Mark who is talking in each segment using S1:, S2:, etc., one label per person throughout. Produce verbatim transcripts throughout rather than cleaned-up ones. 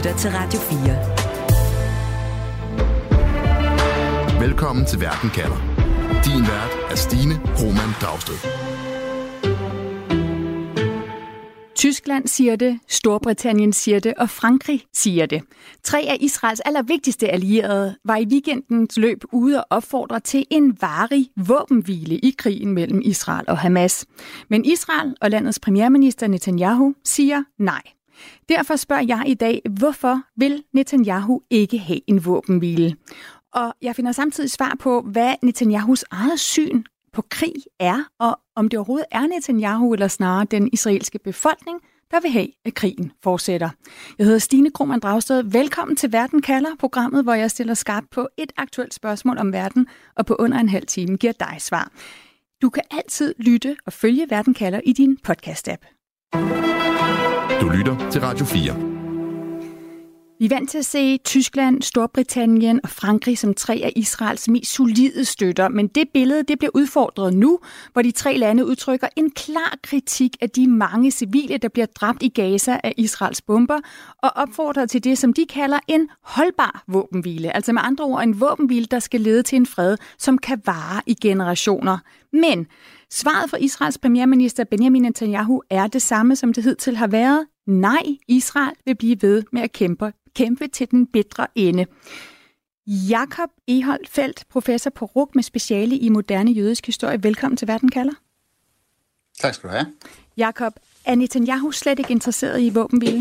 S1: lytter til Radio fire.
S2: Velkommen til Verden kalder. Din vært er Stine Krohmann Dragsted.
S3: Tyskland siger det, Storbritannien siger det, og Frankrig siger det. Tre af Israels allervigtigste allierede var i weekendens løb ude og opfordre til en varig våbenhvile i krigen mellem Israel og Hamas. Men Israel og landets premierminister Netanyahu siger nej. Derfor spørger jeg i dag, hvorfor vil Netanyahu ikke have en våbenhvile? Og jeg finder samtidig svar på, hvad Netanyahus eget syn på krig er, og om det overhovedet er Netanyahu eller snarere den israelske befolkning, der vil have, at krigen fortsætter. Jeg hedder Stine Krohmann Dragsted. Velkommen til Verden kalder, programmet, hvor jeg stiller skarpt på et aktuelt spørgsmål om verden, og på under en halv time giver dig svar. Du kan altid lytte og følge Verden kalder i din podcast-app.
S2: Du lytter til Radio fire.
S3: Vi er vant til at se Tyskland, Storbritannien og Frankrig som tre af Israels mest solide støtter, men det billede det bliver udfordret nu, hvor de tre lande udtrykker en klar kritik af de mange civile, der bliver dræbt i Gaza af Israels bomber, og opfordrer til det, som de kalder en holdbar våbenhvile. Altså med andre ord en våbenhvile, der skal lede til en fred, som kan vare i generationer. Men svaret fra Israels premierminister Benjamin Netanyahu er det samme, som det hidtil har været. Nej, Israel vil blive ved med at kæmpe, kæmpe til den bitre ende. Jakob Egholm Feldt, professor på R U C med speciale i moderne jødisk historie. Velkommen til Verden kalder.
S4: Tak skal du have.
S3: Jakob, er Netanyahu slet ikke interesseret i våbenhvile?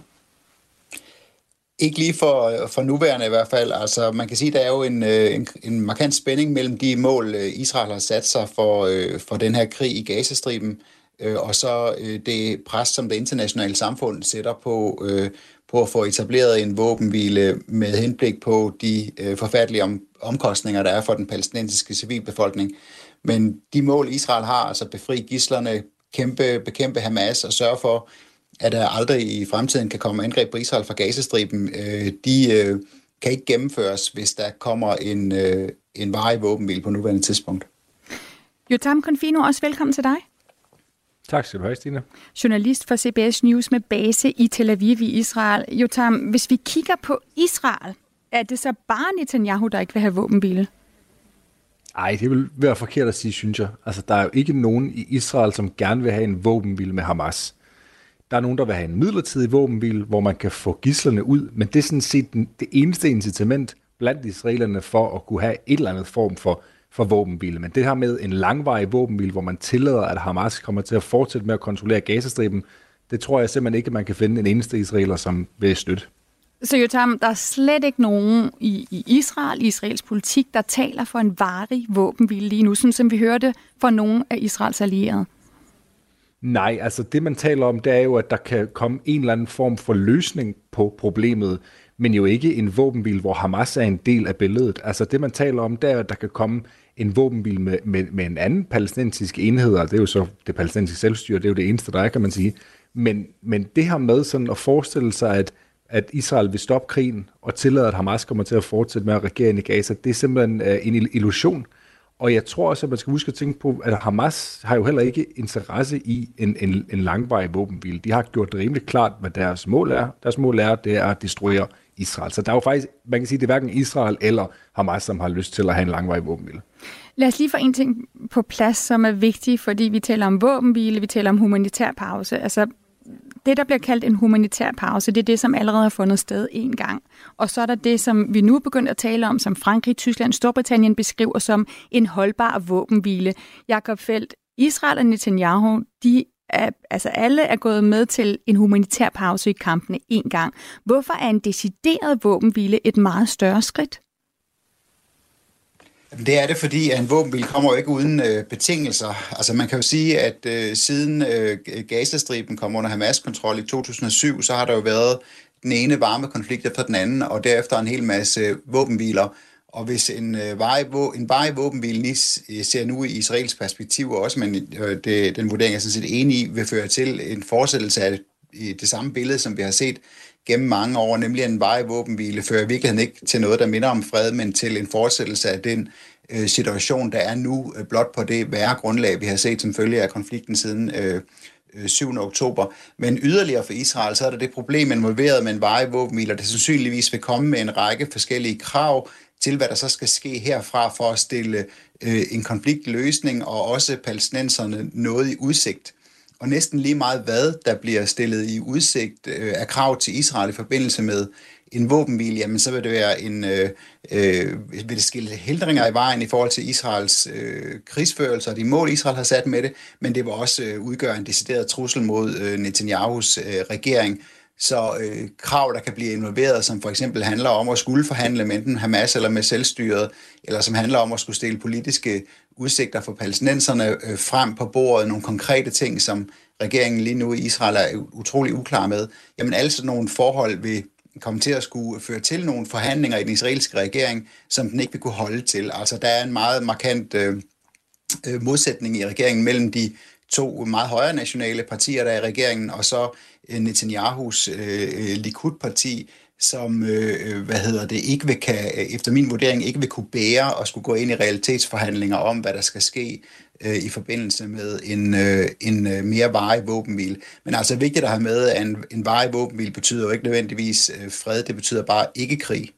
S4: Ikke lige for, for nuværende i hvert fald. Altså, man kan sige, at der er jo en, en, en markant spænding mellem de mål, Israel har sat sig for, for den her krig i Gazastriben, og så det pres, som det internationale samfund sætter på, på at få etableret en våbenhvile med henblik på de forfærdelige om, omkostninger, der er for den palæstinensiske civilbefolkning. Men de mål, Israel har, altså befri gidslerne, kæmpe, bekæmpe Hamas og sørge for, at der aldrig i fremtiden kan komme angreb på Israel fra Gazastriben, de kan ikke gennemføres, hvis der kommer en, en varig våbenhvile på nuværende tidspunkt.
S3: Yotam Confino, også velkommen til dig.
S5: Tak skal du have, Stine.
S3: Journalist for C B S News med base i Tel Aviv i Israel. Yotam, hvis vi kigger på Israel, er det så bare Netanyahu, der ikke vil have våbenhvile?
S5: Ej, det vil være forkert at sige, synes jeg. Altså, der er jo ikke nogen i Israel, som gerne vil have en våbenhvile med Hamas. Der er nogen, der vil have en midlertidig våbenhvile, hvor man kan få gidslerne ud, men det er sådan set det eneste incitament blandt israelerne for at kunne have et eller andet form for, for våbenhvile. Men det her med en langvarig våbenhvile, hvor man tillader, at Hamas kommer til at fortsætte med at kontrollere Gazastriben, det tror jeg simpelthen ikke, at man kan finde en eneste israeler, som vil støtte.
S3: Så Yotam, der er slet ikke nogen i, i Israel, i Israels politik, der taler for en varig våbenhvile lige nu, sådan som vi hørte fra nogle af Israels allierede?
S5: Nej, altså det man taler om, det er jo, at der kan komme en eller anden form for løsning på problemet, men jo ikke en våbenhvile, hvor Hamas er en del af billedet. Altså det man taler om, det er, at der kan komme en våbenhvile med, med, med en anden palæstinensisk enhed, og det er jo så det palæstinensiske selvstyre, det er jo det eneste, der er, kan man sige. Men, men det her med sådan at forestille sig, at, at Israel vil stoppe krigen og tillade, at Hamas kommer til at fortsætte med at regere ind i Gaza, det er simpelthen uh, en illusion. Og jeg tror også, at man skal huske at tænke på, at Hamas har jo heller ikke interesse i en, en, en langvarig våbenhvile. De har gjort det rimelig klart, hvad deres mål er. Deres mål er, det er at destruere Israel. Så der er jo faktisk, man kan sige, det er hverken Israel eller Hamas, som har lyst til at have en langvarig våbenhvile.
S3: Lad os lige få en ting på plads, som er vigtig, fordi vi taler om våbenhvile, vi taler om humanitær pause. Altså, det, der bliver kaldt en humanitær pause, det er det, som allerede har fundet sted en gang. Og så er der det, som vi nu er begyndt at tale om, som Frankrig, Tyskland, Storbritannien beskriver som en holdbar våbenhvile. Jakob Feldt, Israel og Netanyahu, de er, altså alle er gået med til en humanitær pause i kampene en gang. Hvorfor er en decideret våbenhvile et meget større skridt?
S4: Det er det, fordi en våbenhvile kommer jo ikke uden øh, betingelser. Altså man kan jo sige, at øh, siden øh, Gazastriben kom under Hamas kontrol i to tusind og syv, så har der jo været den ene varme konflikt efter den anden, og derefter en hel masse våbenhviler. Og hvis en, øh, varig, en varig våbenhvile lige ser nu i Israels perspektiv også, men øh, det, den vurdering er sådan set enig i, vil føre til en fortsættelse af det, det samme billede, som vi har set gennem mange år, nemlig en varig våbenhvile, fører i virkeligheden ikke til noget, der minder om fred, men til en fortsættelse af den øh, situation, der er nu, øh, blot på det værre grundlag, vi har set som følge af konflikten siden øh, syvende oktober. Men yderligere for Israel, så er der det problem involveret med en varig våbenhvile, og det sandsynligvis vil komme med en række forskellige krav til, hvad der så skal ske herfra for at stille øh, en konfliktløsning og også palæstinenserne noget i udsigt. Og næsten lige meget hvad, der bliver stillet i udsigt øh, af krav til Israel i forbindelse med en våbenhvile, jamen så vil det være en, øh, øh, vil det skille hindringer i vejen i forhold til Israels øh, krigsførelse og de mål, Israel har sat med det, men det vil også øh, udgøre en decideret trussel mod øh, Netanyahus øh, regering. Så øh, krav, der kan blive involveret, som for eksempel handler om at skulle forhandle med enten Hamas eller med selvstyret, eller som handler om at skulle stille politiske udsigter for palæstinenserne øh, frem på bordet, nogle konkrete ting, som regeringen lige nu i Israel er utrolig uklar med. Jamen alle sådan nogle forhold vil komme til at skulle føre til nogle forhandlinger i den israelske regering, som den ikke vil kunne holde til. Altså der er en meget markant øh, modsætning i regeringen mellem de to meget højre nationale partier, der er i regeringen, og så øh, Netanyahus øh, Likud-parti, som øh, hvad hedder det, ikke vil kan, efter min vurdering ikke vil kunne bære og skulle gå ind i realitetsforhandlinger om, hvad der skal ske øh, i forbindelse med en, øh, en øh, mere varig våbenhvile. Men altså vigtigt at have med, at en, en varig våbenhvile betyder jo ikke nødvendigvis øh, fred, det betyder bare ikke krig.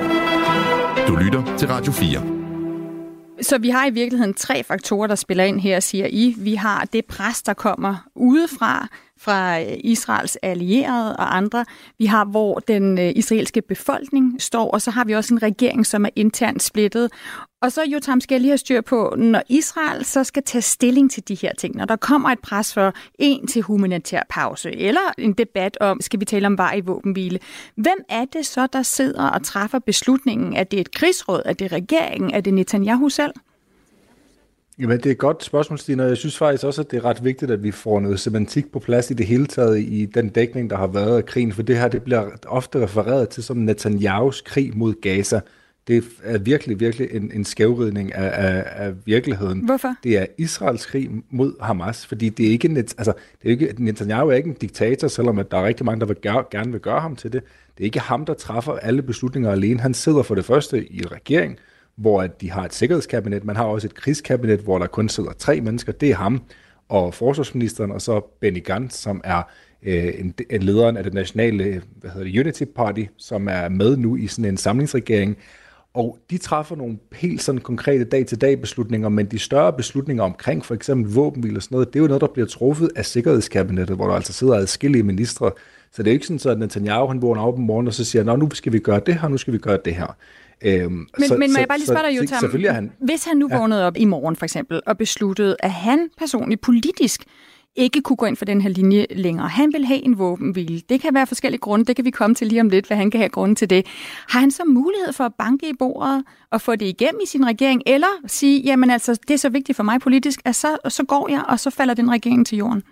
S2: Du lytter til Radio fire.
S3: Så vi har i virkeligheden tre faktorer, der spiller ind her, siger I. Vi har det pres, der kommer udefra, fra Israels allierede og andre. Vi har, hvor den israelske befolkning står, og så har vi også en regering, som er internt splittet. Og så, Jotam, skal jeg lige have styr på, når Israel så skal tage stilling til de her ting, når der kommer et pres for en til humanitær pause, eller en debat om, skal vi tale om varig våbenhvile, hvem er det så, der sidder og træffer beslutningen? Er det et krigsråd? Er det regeringen? Er det Netanyahu selv?
S5: Jamen, det er et godt spørgsmål, Stine, og jeg synes faktisk også, at det er ret vigtigt, at vi får noget semantik på plads i det hele taget i den dækning, der har været af krigen, for det her det bliver ofte refereret til som Netanyahus krig mod Gaza. Det er virkelig, virkelig en, en skævridning af, af, af virkeligheden.
S3: Hvorfor?
S5: Det er Israels krig mod Hamas, fordi det er ikke, net, altså, det er ikke Netanyahu er ikke en diktator, selvom at der er rigtig mange, der vil gøre, gerne vil gøre ham til det. Det er ikke ham, der træffer alle beslutninger alene. Han sidder for det første i en regering, hvor de har et sikkerhedskabinet. Man har også et krigskabinet, hvor der kun sidder tre mennesker. Det er ham og forsvarsministeren, og så Benny Gantz, som er øh, en, en lederen af det nationale hvad hedder det, Unity Party, som er med nu i sådan en samlingsregering. Og de træffer nogle helt sådan konkrete dag-til-dag beslutninger, men de større beslutninger omkring for eksempel våbenhvile og sådan noget, det er jo noget, der bliver truffet af sikkerhedskabinettet, hvor der altså sidder adskillige ministre. Så det er jo ikke sådan, at Netanyahu han vågner op om morgenen og så siger, nå, nu skal vi gøre det her, nu skal vi gøre det her. Øhm,
S3: men,
S5: så,
S3: men må
S5: så,
S3: jeg bare lige spørge dig, Jotam, han, hvis han nu ja. vågnede op i morgen for eksempel, og besluttede, at han personligt politisk ikke kunne gå ind for den her linje længere. Han vil have en våbenhvile. Det kan være forskellige grunde, det kan vi komme til lige om lidt, hvad han kan have grunde til det. Har han så mulighed for at banke i bordet og få det igennem i sin regering, eller sige, jamen altså, det er så vigtigt for mig politisk, at så, så går jeg, og så falder den regering til jorden?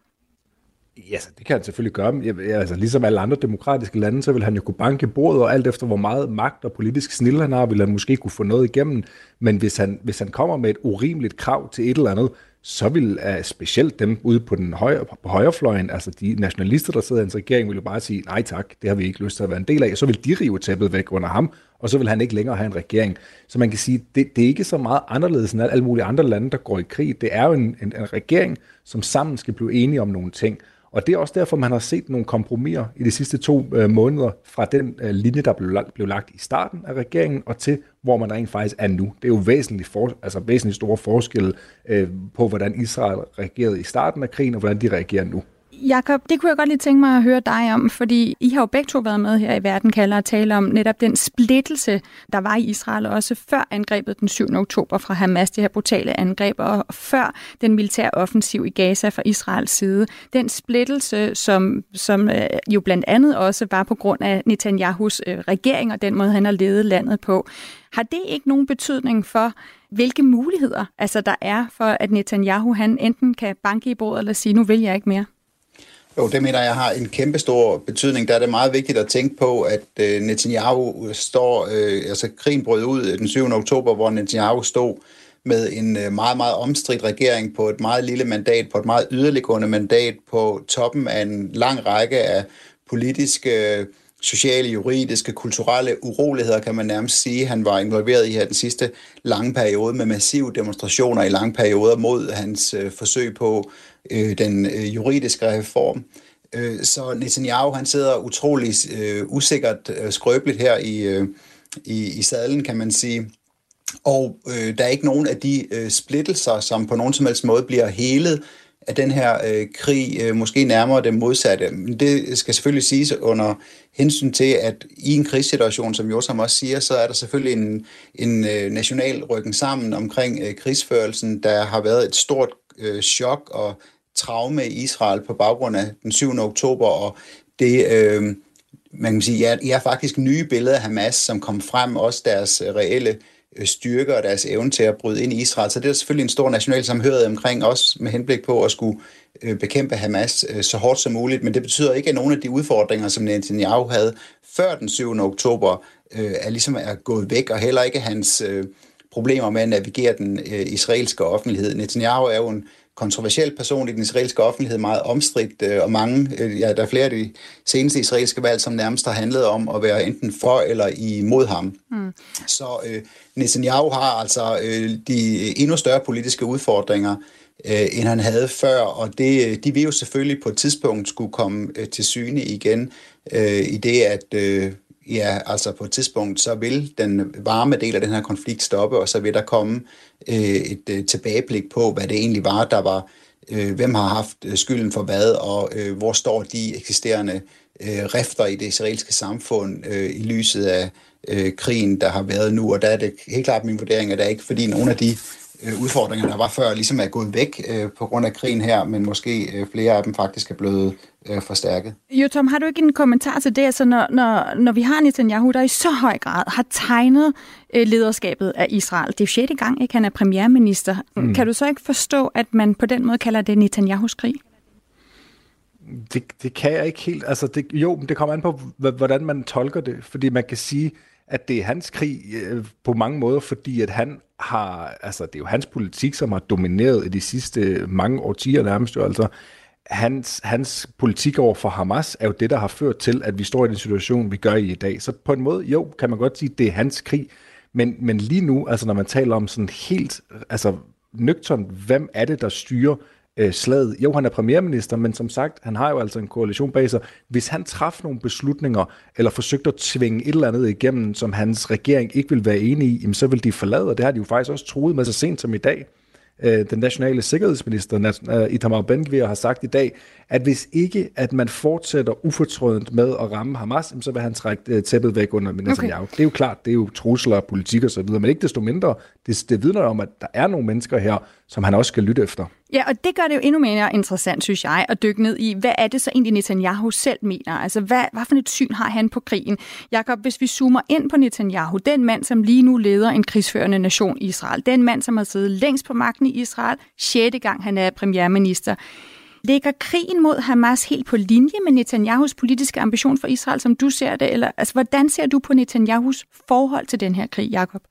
S5: Ja, det kan han selvfølgelig gøre. Ja, altså, ligesom alle andre demokratiske lande, så vil han jo kunne banke bordet, og alt efter hvor meget magt og politisk snil han har, vil han måske kunne få noget igennem. Men hvis han, hvis han kommer med et urimeligt krav til et eller andet, så vil uh, specielt dem ude på den højre, på højrefløjen, altså de nationalister, der sidder i hans regering, vil jo bare sige, nej tak, det har vi ikke lyst til at være en del af. Så vil de rive tæppet væk under ham, og så vil han ikke længere have en regering. Så man kan sige, det, det er ikke så meget anderledes end alle mulige andre lande, der går i krig. Det er jo en, en, en regering, som sammen skal blive enige om nogle ting. Og det er også derfor, man har set nogle kompromiser i de sidste to øh, måneder fra den øh, linje, der blev, blev lagt i starten af regeringen, og til hvor man rent faktisk er nu. Det er jo væsentligt, for, altså væsentligt store forskelle øh, på, hvordan Israel reagerede i starten af krigen, og hvordan de reagerer nu.
S3: Jakob, det kunne jeg godt lige tænke mig at høre dig om, fordi I har jo begge to været med her i Verden kalder at tale om netop den splittelse, der var i Israel, også før angrebet den syvende oktober fra Hamas, det her brutale angreb, og før den militære offensiv i Gaza fra Israels side. Den splittelse, som, som øh, jo blandt andet også var på grund af Netanyahus øh, regering og den måde, han har ledet landet på. Har det ikke nogen betydning for, hvilke muligheder altså, der er for, at Netanyahu han enten kan banke i bordet eller sige, nu vil jeg ikke mere?
S4: Jo, det mener jeg har en kæmpe stor betydning. Der er det meget vigtigt at tænke på, at øh, Netanyahu står, øh, altså krigen brød ud den syvende oktober, hvor Netanyahu stod med en øh, meget, meget omstridt regering på et meget lille mandat, på et meget yderliggående mandat på toppen af en lang række af politiske sociale, juridiske, kulturelle uroligheder, kan man nærmest sige. Han var involveret i her den sidste lange periode med massive demonstrationer i lange perioder mod hans øh, forsøg på øh, den øh, juridiske reform. Øh, så Netanyahu, han sidder utrolig øh, usikkert, øh, skrøbeligt her i, øh, i, i sadlen, kan man sige. Og øh, der er ikke nogen af de øh, splittelser, som på nogen som helst måde bliver helet af den her øh, krig, øh, måske nærmere det modsatte. Men det skal selvfølgelig siges under hensyn til, at i en krigssituation, som Jotam også siger, så er der selvfølgelig en, en øh, national rykken sammen omkring øh, krigsførelsen. Der har været et stort øh, chok og traume i Israel på baggrund af den syvende oktober, og det, øh, man kan sige, ja, er faktisk nye billeder af Hamas, som kom frem, også deres reelle styrker og deres evne til at bryde ind i Israel. Så det er selvfølgelig en stor national samhørighed omkring, også med henblik på at skulle bekæmpe Hamas så hårdt som muligt, men det betyder ikke, at nogle af de udfordringer, som Netanyahu havde før den syvende oktober, er ligesom er gået væk, og heller ikke hans problemer med at navigere den israelske offentlighed. Netanyahu er jo en kontroversiel person i den israelske offentlighed, meget omstridt, og mange, ja, der er flere af de seneste israelske valg, som nærmest har handlet om at være enten for eller imod ham. Mm. Så øh, Netanyahu har altså øh, de endnu større politiske udfordringer, øh, end han havde før, og det, de vil jo selvfølgelig på et tidspunkt skulle komme øh, til syne igen, øh, i det, at øh, ja, altså på et tidspunkt, så vil den varme del af den her konflikt stoppe, og så vil der komme øh, et øh, tilbageblik på, hvad det egentlig var, der var, øh, hvem har haft skylden for hvad, og øh, hvor står de eksisterende øh, rifter i det israelske samfund øh, i lyset af øh, krigen, der har været nu, og der er det helt klart min vurdering, at der ikke, fordi nogle af de øh, udfordringer, der var før, ligesom er gået væk øh, på grund af krigen her, men måske øh, flere af dem faktisk er blevet øh, forstærket.
S3: Jotam, har du ikke en kommentar til det, altså når, når, når vi har Netanyahu, der i så høj grad har tegnet øh, lederskabet af Israel, det er sjette gang, ikke? Han er premierminister. Mm. Kan du så ikke forstå, at man på den måde kalder det Netanyahus krig?
S5: Det, det kan jeg ikke helt. Altså det, jo, det kommer an på, hvordan man tolker det, fordi man kan sige, at det er hans krig øh, på mange måder, fordi at han har, altså det er jo hans politik, som har domineret i de sidste mange årtier nærmest jo, altså hans, hans politik over for Hamas er jo det, der har ført til, at vi står i den situation, vi gør i i dag. Så på en måde, jo, kan man godt sige, at det er hans krig, men, men lige nu, altså når man taler om sådan helt, altså nøgtern, hvem er det, der styrer øh, slaget? Jo, han er premierminister, men som sagt, han har jo altså en koalition bag sig. Hvis han træffede nogle beslutninger, eller forsøgte at tvinge et eller andet igennem, som hans regering ikke vil være enig i, jamen, så vil de forlade, og det har de jo faktisk også truet med så sent som i dag. Den nationale sikkerhedsminister, Itamar Ben-Gvir, har sagt i dag, at hvis ikke, at man fortsætter ufortrødent med at ramme Hamas, så vil han trække tæppet væk under Netanyahu. Okay. Det er jo klart, det er jo trusler, politik og så videre, men ikke desto mindre, det, det vidner om, at der er nogle mennesker her, som han også skal lytte efter. Ja,
S3: og det gør det jo endnu mere interessant, synes jeg, at dykke ned i, hvad er det så egentlig Netanyahu selv mener? Altså, hvad, hvad for et syn har han på krigen? Jakob, hvis vi zoomer ind på Netanyahu, den mand, som lige nu leder en krigsførende nation Israel, den mand, som har siddet længst på magten i Israel, sjette gang han er premierminister. Ligger krigen mod Hamas helt på linje med Netanyahus politiske ambition for Israel, som du ser det? Eller, altså, hvordan ser du på Netanyahus forhold til den her krig, Jakob?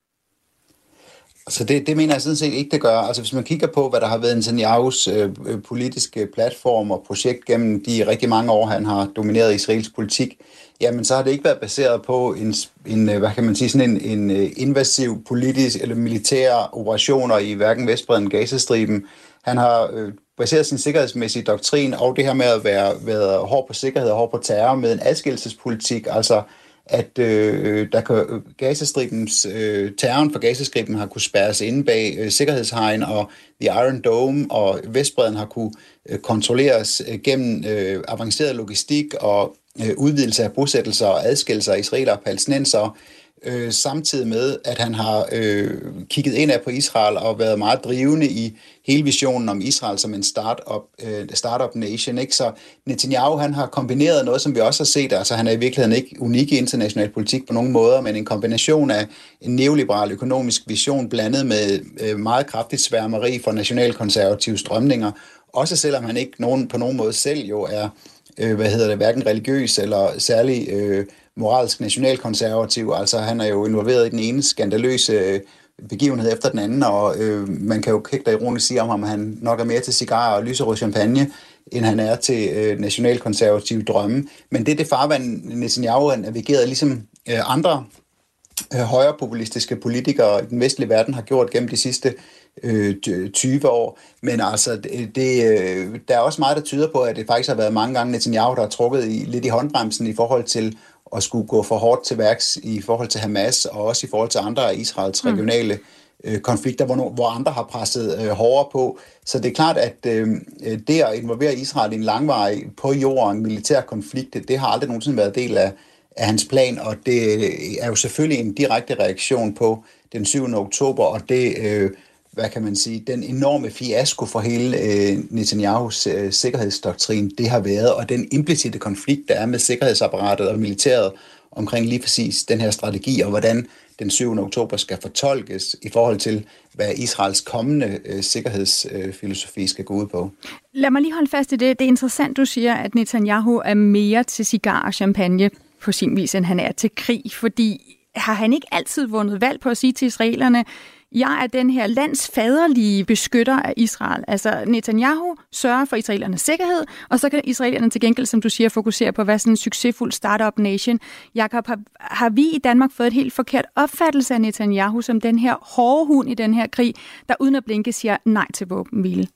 S4: Altså det, det mener jeg sådan set ikke, det gør. Altså hvis man kigger på, hvad der har været Netanyahus øh, politiske platform og projekt gennem de rigtig mange år, han har domineret israelsk politik, jamen så har det ikke været baseret på en, en hvad kan man sige, sådan en, en invasiv politisk eller militære operationer i hverken Vestbredden eller Gazastriben. Han har øh, baseret sin sikkerhedsmæssige doktrin og det her med at være, være hård på sikkerhed og hård på terror med en adskillelsespolitik, altså at øh, der kan, Gazastribens, øh, terroren for Gazastriben har kunne spærres inde bag øh, sikkerhedshegn, og The Iron Dome og Vestbredden har kunne øh, kontrolleres øh, gennem øh, avanceret logistik og øh, udvidelse af bosættelser og adskillelser af israelere og palæstinensere, øh, samtidig med, at han har øh, kigget indad på Israel og været meget drivende i hele visionen om Israel som en start-up, øh, startup nation. Ikke? Så Netanyahu, han har kombineret noget, som vi også har set, altså han er i virkeligheden ikke unik i international politik på nogen måder, men en kombination af en neoliberal økonomisk vision blandet med øh, meget kraftigt sværmeri for nationalkonservative strømninger, også selvom han ikke nogen, på nogen måde selv jo er, øh, hvad hedder det, hverken religiøs eller særlig øh, moralsk nationalkonservativ, altså han er jo involveret i den ene skandaløse øh, begivenhed efter den anden, og øh, man kan jo ikke da ironisk sige om ham, at han nok er mere til cigarer og lyserød champagne end han er til øh, nationalkonservative drømme. Men det er det farvand, Netanyahu har navigeret, ligesom øh, andre øh, højrepopulistiske politikere i den vestlige verden har gjort gennem de sidste øh, tyve år. Men altså, det, det, øh, der er også meget, der tyder på, at det faktisk har været mange gange Netanyahu, der har trukket i, lidt i håndbremsen i forhold til at skulle gå for hårdt til værks i forhold til Hamas, og også i forhold til andre af Israels regionale øh, konflikter, hvor, hvor andre har presset øh, hårdere på. Så det er klart, at øh, det at involvere Israel i en langvarig på jorden militær konflikt, det har aldrig nogensinde været del af, af hans plan, og det er jo selvfølgelig en direkte reaktion på den syvende oktober, og det, øh, hvad kan man sige, den enorme fiasko for hele øh, Netanyahus øh, sikkerhedsdoktrin, det har været, og den implicite konflikt, der er med sikkerhedsapparatet og militæret omkring lige præcis den her strategi, og hvordan den syvende oktober skal fortolkes i forhold til, hvad Israels kommende øh, sikkerhedsfilosofi øh, skal gå ud på.
S3: Lad mig lige holde fast i det. Det er interessant, du siger, at Netanyahu er mere til cigar og champagne på sin vis, end han er til krig, fordi har han ikke altid vundet valg på at sige til israelerne, jeg er den her landsfaderlige beskytter af Israel. Altså Netanyahu sørger for israelernes sikkerhed, og så kan israelerne til gengæld, som du siger, fokusere på, hvad sådan en succesfuld startup nation. Jakob, har, har vi i Danmark fået et helt forkert opfattelse af Netanyahu som den her hårde hund i den her krig, der uden at blinke siger nej til våbenhvile?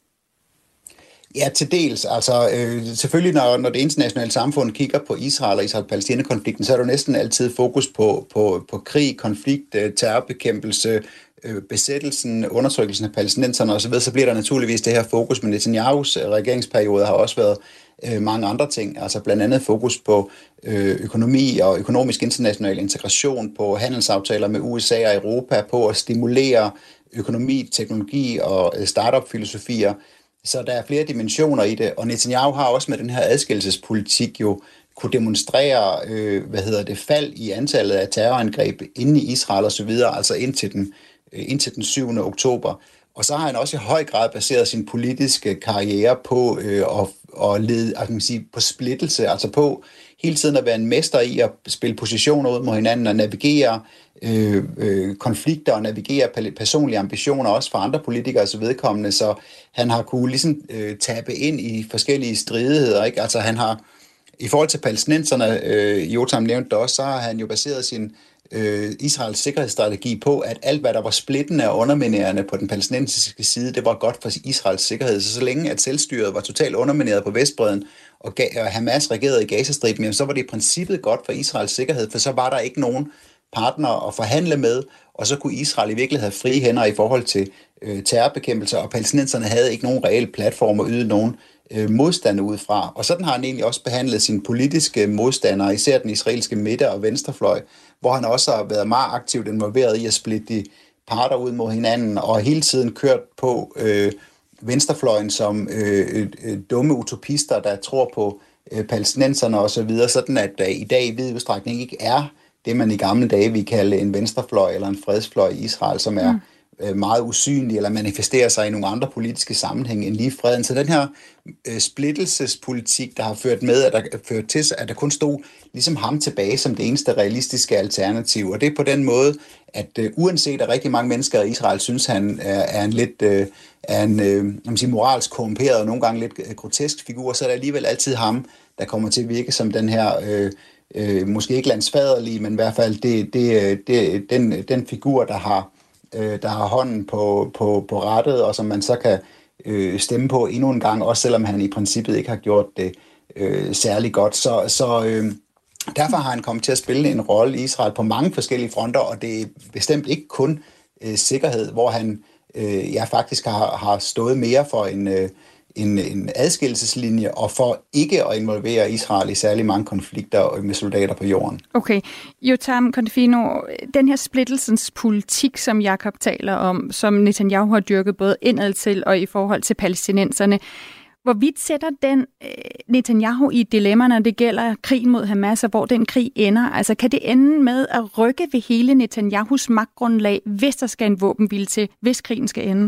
S4: Ja, til dels. Altså, øh, selvfølgelig, når, når det internationale samfund kigger på Israel og Israel-Palæstina-konflikten, så er der næsten altid fokus på, på, på krig, konflikt, terrorbekæmpelse, øh, besættelsen, undertrykkelsen af palæstinenserne osv., så bliver der naturligvis det her fokus, men Netanyahus regeringsperiode har også været øh, mange andre ting, altså blandt andet fokus på øh, økonomi og økonomisk international integration, på handelsaftaler med U S A og Europa, på at stimulere økonomi, teknologi og øh, startup-filosofier. Så der er flere dimensioner i det, og Netanyahu har også med den her adskillelsespolitik jo kunne demonstrere, øh, hvad hedder det, fald i antallet af terrorangreb inde i Israel og så videre, altså indtil den, øh, indtil den syvende oktober. Og så har han også i høj grad baseret sin politiske karriere på øh, at, at lede, altså man kan sige, på splittelse, altså på hele tiden at være en mester i at spille positioner ud mod hinanden og navigere øh, øh, konflikter og navigere personlige ambitioner også for andre politikere så vedkommende, så han har kunne ligesom øh, tabe ind i forskellige stridigheder, ikke? Altså han har, i forhold til palæstinenserne, øh, Jotam nævnte det også, så har han jo baseret sin øh, Israels sikkerhedsstrategi på, at alt hvad der var splittende og underminerende på den palæstinensiske side, det var godt for Israels sikkerhed. Så så længe at selvstyret var totalt undermineret på Vestbredden, og Hamas regerede i Gazastriben, så var det i princippet godt for Israels sikkerhed, for så var der ikke nogen partner at forhandle med, og så kunne Israel i virkeligheden have frie hænder i forhold til øh, terrorbekæmpelse, og palæstinenserne havde ikke nogen reel platform at yde nogen øh, modstand ud fra. Og sådan har han egentlig også behandlet sine politiske modstandere, især den israelske midte- og venstrefløj, hvor han også har været meget aktivt involveret i at splitte de parter ud mod hinanden, og hele tiden kørt på øh, venstrefløjen som øh, øh, dumme utopister, der tror på øh, palæstinenserne osv., sådan at der i dag i vid udstrækning ikke er det, man i gamle dage ville kalde en venstrefløj eller en fredsfløj i Israel, som er mm. meget usynlig eller manifesterer sig i nogle andre politiske sammenhænge end lige freden. Så den her øh, splittelsespolitik, der har ført med, at der ført til, at der kun stod ligesom ham tilbage som det eneste realistiske alternativ. Og det er på den måde, at øh, uanset at rigtig mange mennesker i Israel synes, han er, er en lidt øh, er en øh, man sige, moralsk korrumperet og nogle gange lidt grotesk figur, så er det alligevel altid ham, der kommer til at virke som den her øh, Øh, måske ikke landsfaderlige, men i hvert fald det, det, det, den, den figur, der har, øh, der har hånden på, på, på rattet, og som man så kan øh, stemme på endnu en gang, også selvom han i princippet ikke har gjort det øh, særlig godt. Så, så øh, derfor har han kommet til at spille en rolle i Israel på mange forskellige fronter, og det er bestemt ikke kun øh, sikkerhed, hvor han øh, ja, faktisk har, har stået mere for en øh, En, en adskillelseslinje, og for ikke at involvere Israel i særlig mange konflikter med soldater på jorden. Okay.
S3: Jotam Confino, den her splittelsens politik, som Jakob taler om, som Netanyahu har dyrket både indad til og i forhold til palæstinenserne, hvorvidt sætter den øh, Netanyahu i et dilemma, når det gælder krigen mod Hamas, og hvor den krig ender? Altså kan det ende med at rykke ved hele Netanyahus magtgrundlag, hvis der skal en våbenhvile til, hvis krigen skal ende?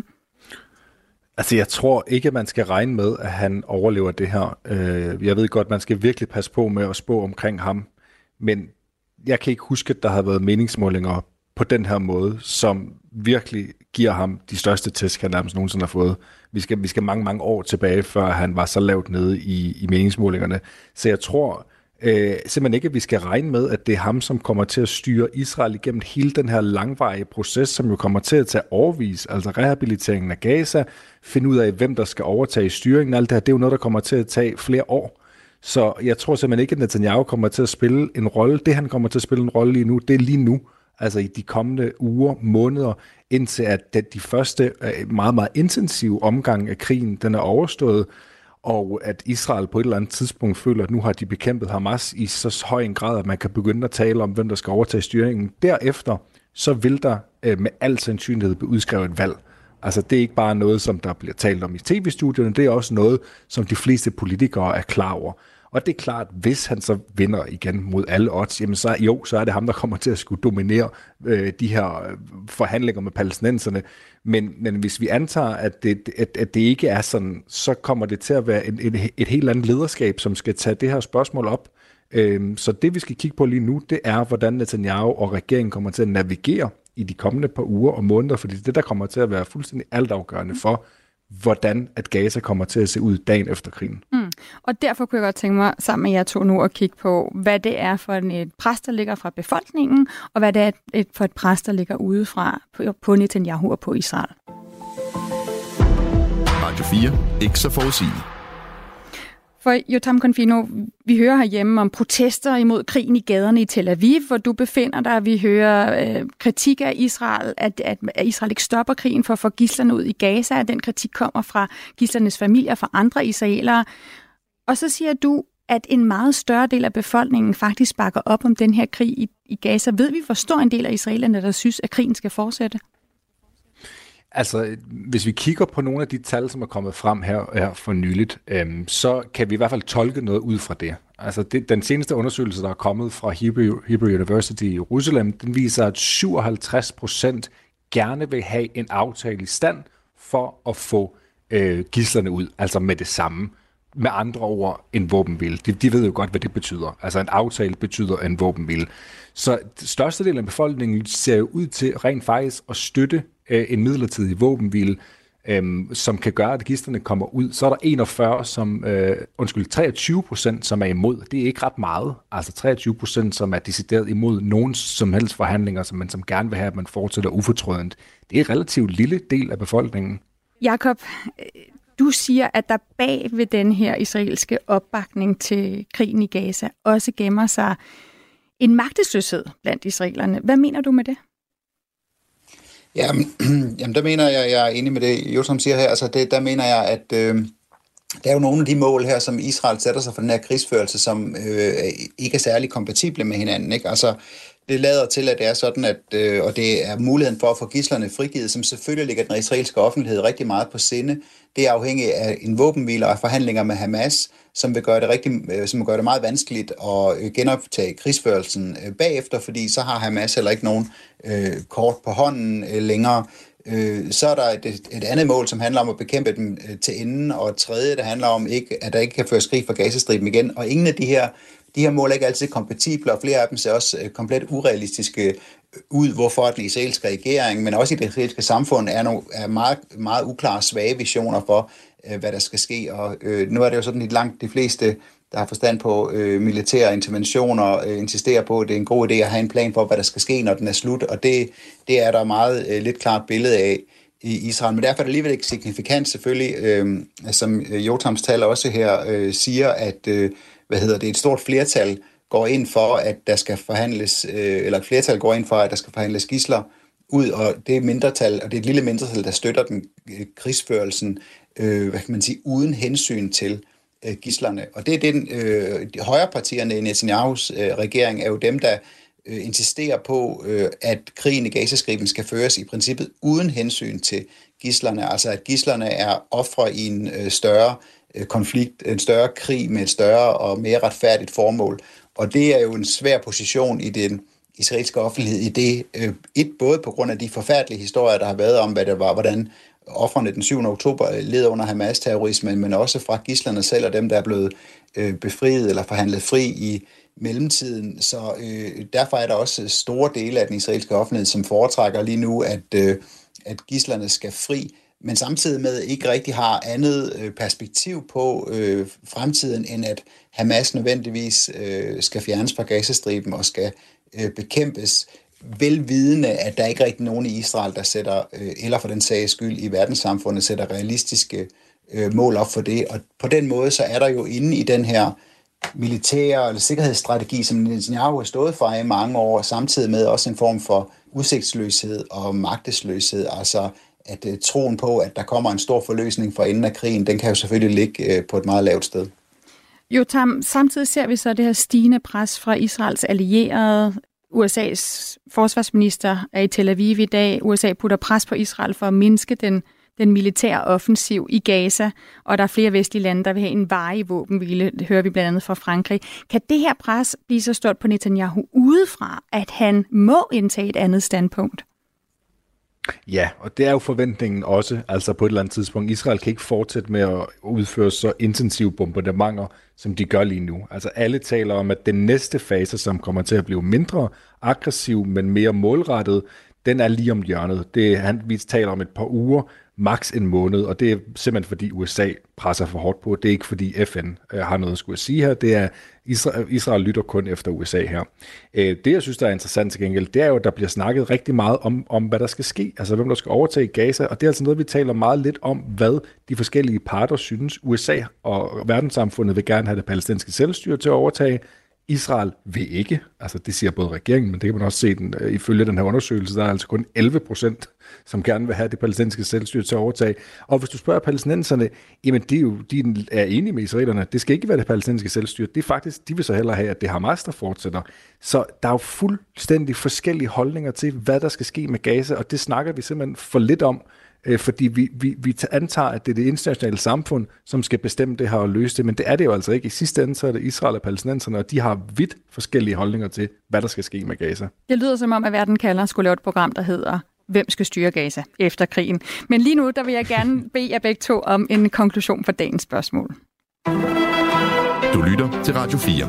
S5: Altså, jeg tror ikke, at man skal regne med, at han overlever det her. Jeg ved godt, man skal virkelig passe på med at spå omkring ham, men jeg kan ikke huske, at der har været meningsmålinger på den her måde, som virkelig giver ham de største tæsk, han nærmest nogensinde har fået. Vi skal, vi skal mange, mange år tilbage, før han var så lavt nede i, i meningsmålingerne. Så jeg tror øh, simpelthen ikke, at vi skal regne med, at det er ham, som kommer til at styre Israel igennem hele den her langvarige proces, som jo kommer til at tage årevis, altså rehabiliteringen af Gaza, finde ud af, hvem der skal overtage styringen, alt det her, det er jo noget, der kommer til at tage flere år. Så jeg tror simpelthen ikke, at Netanyahu kommer til at spille en rolle. Det, han kommer til at spille en rolle lige nu, det er lige nu, altså i de kommende uger, måneder, indtil at de første meget, meget intensive omgang af krigen, den er overstået, og at Israel på et eller andet tidspunkt føler, at nu har de bekæmpet Hamas i så høj en grad, at man kan begynde at tale om, hvem der skal overtage styringen. Derefter, så vil der med al sandsynlighed blive udskrevet et valg. Altså det er ikke bare noget, som der bliver talt om i tv-studierne, det er også noget, som de fleste politikere er klar over. Og det er klart, hvis han så vinder igen mod alle odds, jamen så, jo, så er det ham, der kommer til at skulle dominere øh, de her forhandlinger med palæstinenserne. Men, men hvis vi antager, at det, at, at det ikke er sådan, så kommer det til at være en, et, et helt andet lederskab, som skal tage det her spørgsmål op. Øh, så det, vi skal kigge på lige nu, det er, hvordan Netanyahu og regeringen kommer til at navigere i de kommende par uger og måneder, fordi det er det, der kommer til at være fuldstændig altafgørende for, hvordan at Gaza kommer til at se ud dagen efter krigen. Mm.
S3: Og derfor kunne jeg godt tænke mig sammen med jer to nu at kigge på, hvad det er for et pres, der ligger fra befolkningen, og hvad det er et, for et pres, der ligger udefra på, på Netanyahu og på Israel.
S2: Radio fire. Ikke så forudsigende.
S3: For Yotam Confino, vi hører herhjemme om protester imod krigen i gaderne i Tel Aviv, hvor du befinder dig. Vi hører øh, kritik af Israel, at, at Israel ikke stopper krigen for at få gidslerne ud i Gaza. Den kritik kommer fra gidslernes familier og fra andre israelere. Og så siger du, at en meget større del af befolkningen faktisk bakker op om den her krig i, i Gaza. Ved vi, hvor stor en del af israelerne, der synes, at krigen skal fortsætte?
S5: Altså, hvis vi kigger på nogle af de tal, som er kommet frem her, her for nyligt, øhm, så kan vi i hvert fald tolke noget ud fra det. Altså, det, den seneste undersøgelse, der er kommet fra Hebrew, Hebrew University i Jerusalem, den viser, at syvoghalvtreds procent gerne vil have en aftale i stand for at få øh, gidslerne ud, altså med det samme. Med andre ord, en våbenhvile. De, de ved jo godt, hvad det betyder. Altså, en aftale betyder en våbenhvile. Så størstedelen af befolkningen ser jo ud til rent faktisk at støtte øh, en midlertidig våbenhvile, øh, som kan gøre, at gidslerne kommer ud. Så er der enogfyrre, som, øh, undskyld, treogtyve procent, som er imod. Det er ikke ret meget. Altså treogtyve procent, som er decideret imod nogen som helst forhandlinger, som man som gerne vil have, at man fortsætter ufortrødent. Det er en relativt lille del af befolkningen.
S3: Jakob, du siger, at der bag ved den her israelske opbakning til krigen i Gaza også gemmer sig en magtesløshed blandt israelerne. Hvad mener du med det?
S4: Jamen, jamen der mener jeg, jeg er enig med det, Yotam siger her. Altså det, der mener jeg, at øh, der er jo nogle af de mål her, som Israel sætter sig for den her krigsførelse, som øh, ikke er særlig kompatible med hinanden. Ikke? Altså, det lader til, at det er sådan, at, øh, og det er muligheden for at få gidslerne frigivet, som selvfølgelig ligger den israelske offentlighed rigtig meget på sinde. Det er afhængigt af en våbenhvile og forhandlinger med Hamas, som vil gøre det, rigtig, som vil gøre det meget vanskeligt at genoptage krigsførelsen bagefter, fordi så har Hamas heller ikke nogen øh, kort på hånden øh, længere. Øh, så er der et, et andet mål, som handler om at bekæmpe dem øh, til enden, og et tredje, der handler om, ikke, at der ikke kan føres krig for Gazastriben igen. Og ingen af de her, de her mål er ikke altid kompatible, og flere af dem ser også øh, komplet urealistiske ud, hvorfor den israelske regering, men også i det israelske samfund, er, nogle, er meget, meget uklare, svage visioner for, øh, hvad der skal ske. Og øh, nu er det jo sådan, at langt de fleste, der har forstand på øh, militære interventioner, øh, insisterer på, at det er en god idé at have en plan for, hvad der skal ske, når den er slut. Og det, det er der meget øh, lidt klart billede af i Israel. Men derfor er det alligevel ikke signifikant selvfølgelig, øh, som Jotams tal også her øh, siger, at øh, hvad hedder det, et stort flertal går ind for, at der skal forhandles, øh, eller et flertal går ind for, at der skal forhandles gidsler ud, og det er mindretal, og det er et lille mindretal, der støtter den øh, krigsførelsen, øh, hvad kan man sige, uden hensyn til øh, gidslerne. Og det er den, øh, de højrepartierne i Netanyahus øh, regering er jo dem, der øh, insisterer på, øh, at krigen i Gazastriben skal føres i princippet uden hensyn til gidslerne, altså at gidslerne er ofre i en øh, større øh, konflikt, en større krig med et større og mere retfærdigt formål. Og det er jo en svær position i den israelske offentlighed i det, øh, et både på grund af de forfærdelige historier, der har været om, hvad det var, hvordan ofrene den syvende oktober led under Hamas-terrorisme, men også fra gidslerne selv og dem, der er blevet øh, befriet eller forhandlet fri i mellemtiden. Så øh, derfor er der også store dele af den israelske offentlighed, som foretrækker lige nu, at, øh, at gidslerne skal fri. men samtidig med ikke rigtig har andet øh, perspektiv på øh, fremtiden, end at Hamas nødvendigvis øh, skal fjernes fra Gazastriben og skal øh, bekæmpes, velvidende, at der ikke rigtig nogen i Israel, der sætter, øh, eller for den sags skyld i verdenssamfundet, sætter realistiske øh, mål op for det. Og på den måde, så er der jo inde i den her militære eller sikkerhedsstrategi, som Netanyahu har stået for i mange år, samtidig med også en form for udsigtsløshed og magtesløshed, altså at uh, troen på, at der kommer en stor forløsning for enden af krigen, den kan jo selvfølgelig ligge uh, på et meget lavt sted.
S3: Jotam, samtidig ser vi så det her stigende pres fra Israels allierede. U S A's forsvarsminister er i Tel Aviv i dag. U S A putter pres på Israel for at mindske den, den militære offensiv i Gaza, og der er flere vestlige lande, der vil have en varig våbenhvile. Det hører vi blandt andet fra Frankrig. Kan det her pres blive så stort på Netanyahu udefra, at han må indtage et andet standpunkt?
S5: Ja, og det er jo forventningen også, altså på et eller andet tidspunkt. Israel kan ikke fortsætte med at udføre så intensive bombardementer, som de gør lige nu. Altså alle taler om, at den næste fase, som kommer til at blive mindre aggressiv, men mere målrettet, den er lige om hjørnet. Det, han, vi taler om et par uger, maks en måned, og det er simpelthen fordi U S A presser for hårdt på. Det er ikke fordi F N øh, har noget at skulle sige her. Det er Israel, Israel lytter kun efter U S A her. Øh, det, jeg synes, der er interessant til gengæld, det er jo, at der bliver snakket rigtig meget om, om, hvad der skal ske. Altså, hvem der skal overtage Gaza, og det er altså noget, vi taler meget lidt om, hvad de forskellige parter synes. U S A og verdenssamfundet vil gerne have det palæstinensiske selvstyre til at overtage. Israel vil ikke, altså det siger både regeringen, men det kan man også se den, uh, ifølge den her undersøgelse, der er altså kun elleve procent, som gerne vil have det palæstinensiske selvstyre til at overtage. Og hvis du spørger palæstinenserne, jamen de er jo de er enige med israelerne, det skal ikke være det palæstinensiske selvstyre, det er faktisk, de vil så hellere have, at det er Hamas, der fortsætter. Så der er jo fuldstændig forskellige holdninger til, hvad der skal ske med Gaza, og det snakker vi simpelthen for lidt om, fordi vi, vi, vi antager, at det er det internationale samfund, som skal bestemme det her og løse det, men det er det jo altså ikke. I sidste ende så er det Israel og palæstinenserne, og de har vidt forskellige holdninger til, hvad der skal ske med Gaza.
S3: Det lyder som om, at Verden kalder skulle lave et program, der hedder Hvem skal styre Gaza efter krigen? Men lige nu, der vil jeg gerne bede jer begge to om en konklusion for dagens spørgsmål.
S2: Du lytter til Radio fire.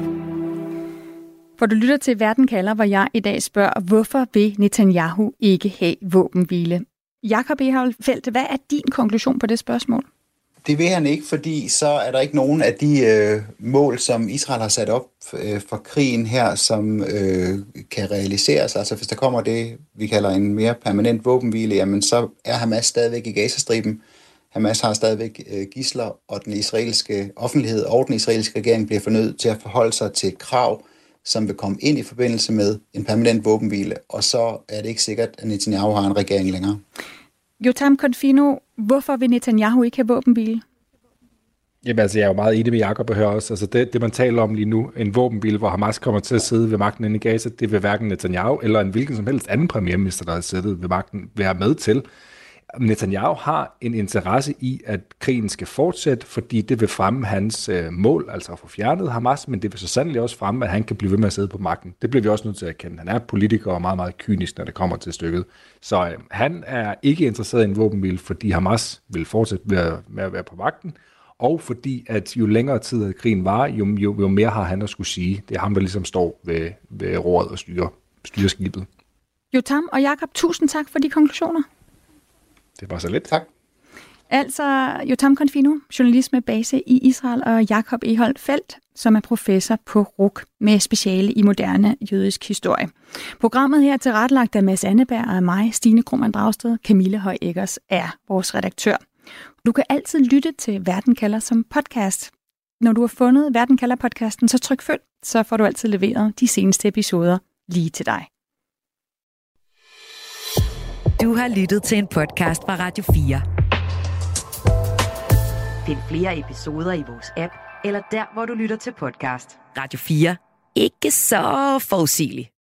S3: For du lytter til Verden kalder, hvor jeg i dag spørger, hvorfor vil Netanyahu ikke have våbenhvile? Jakob Egholm Feldt, hvad er din konklusion på det spørgsmål?
S4: Det vil han ikke, fordi så er der ikke nogen af de øh, mål, som Israel har sat op øh, for krigen her, som øh, kan realiseres. Altså hvis der kommer det, vi kalder en mere permanent våbenhvile, jamen så er Hamas stadigvæk i Gazastriben. Hamas har stadigvæk øh, gidsler, og den israelske offentlighed og den israelske regering bliver fornødt til at forholde sig til et krav, som vil komme ind i forbindelse med en permanent våbenhvile, og så er det ikke sikkert, at Netanyahu har en regering længere.
S3: Jotam Confino, hvorfor vil Netanyahu ikke have våbenhvile?
S5: Jamen altså, jeg er jo meget enig med Jakob og hører også. Altså det, det, man taler om lige nu, en våbenhvile, hvor Hamas kommer til at sidde ved magten inde i Gaza, det vil hverken Netanyahu eller en hvilken som helst anden premierminister, der har siddet ved magten, være med til. Netanyahu har en interesse i, at krigen skal fortsætte, fordi det vil fremme hans øh, mål, altså at få fjernet Hamas, men det vil så sandelig også fremme, at han kan blive ved med at sidde på magten. Det bliver vi også nødt til at erkende. Han er politiker og meget, meget kynisk, når det kommer til stykket. Så øh, han er ikke interesseret i en våbenhvile, fordi Hamas vil fortsætte med at, med at være på magten, og fordi at jo længere tid at krigen var, jo, jo, jo mere har han at skulle sige. Det er ham, der ligesom står ved, ved roret og styrer, styrer skibet.
S3: Jotam og Jakob, tusind tak for de konklusioner.
S5: Det var så lidt.
S4: Tak.
S3: Altså Jotam Confino, journalist med base i Israel, og Jakob Egholm Feldt, som er professor på R U C med speciale i moderne jødisk historie. Programmet her er tilrettelagt af Mads Anneberg og af mig, Stine Krohmann Dragsted. Camille Høj Eggers er vores redaktør. Du kan altid lytte til Verden kalder som podcast. Når du har fundet Verden kalder podcasten, så tryk følg, så får du altid leveret de seneste episoder lige til dig.
S1: Du har lyttet til en podcast fra Radio fire. Find flere episoder i vores app, eller der, hvor du lytter til podcast. Radio fire. Ikke så forudsigeligt.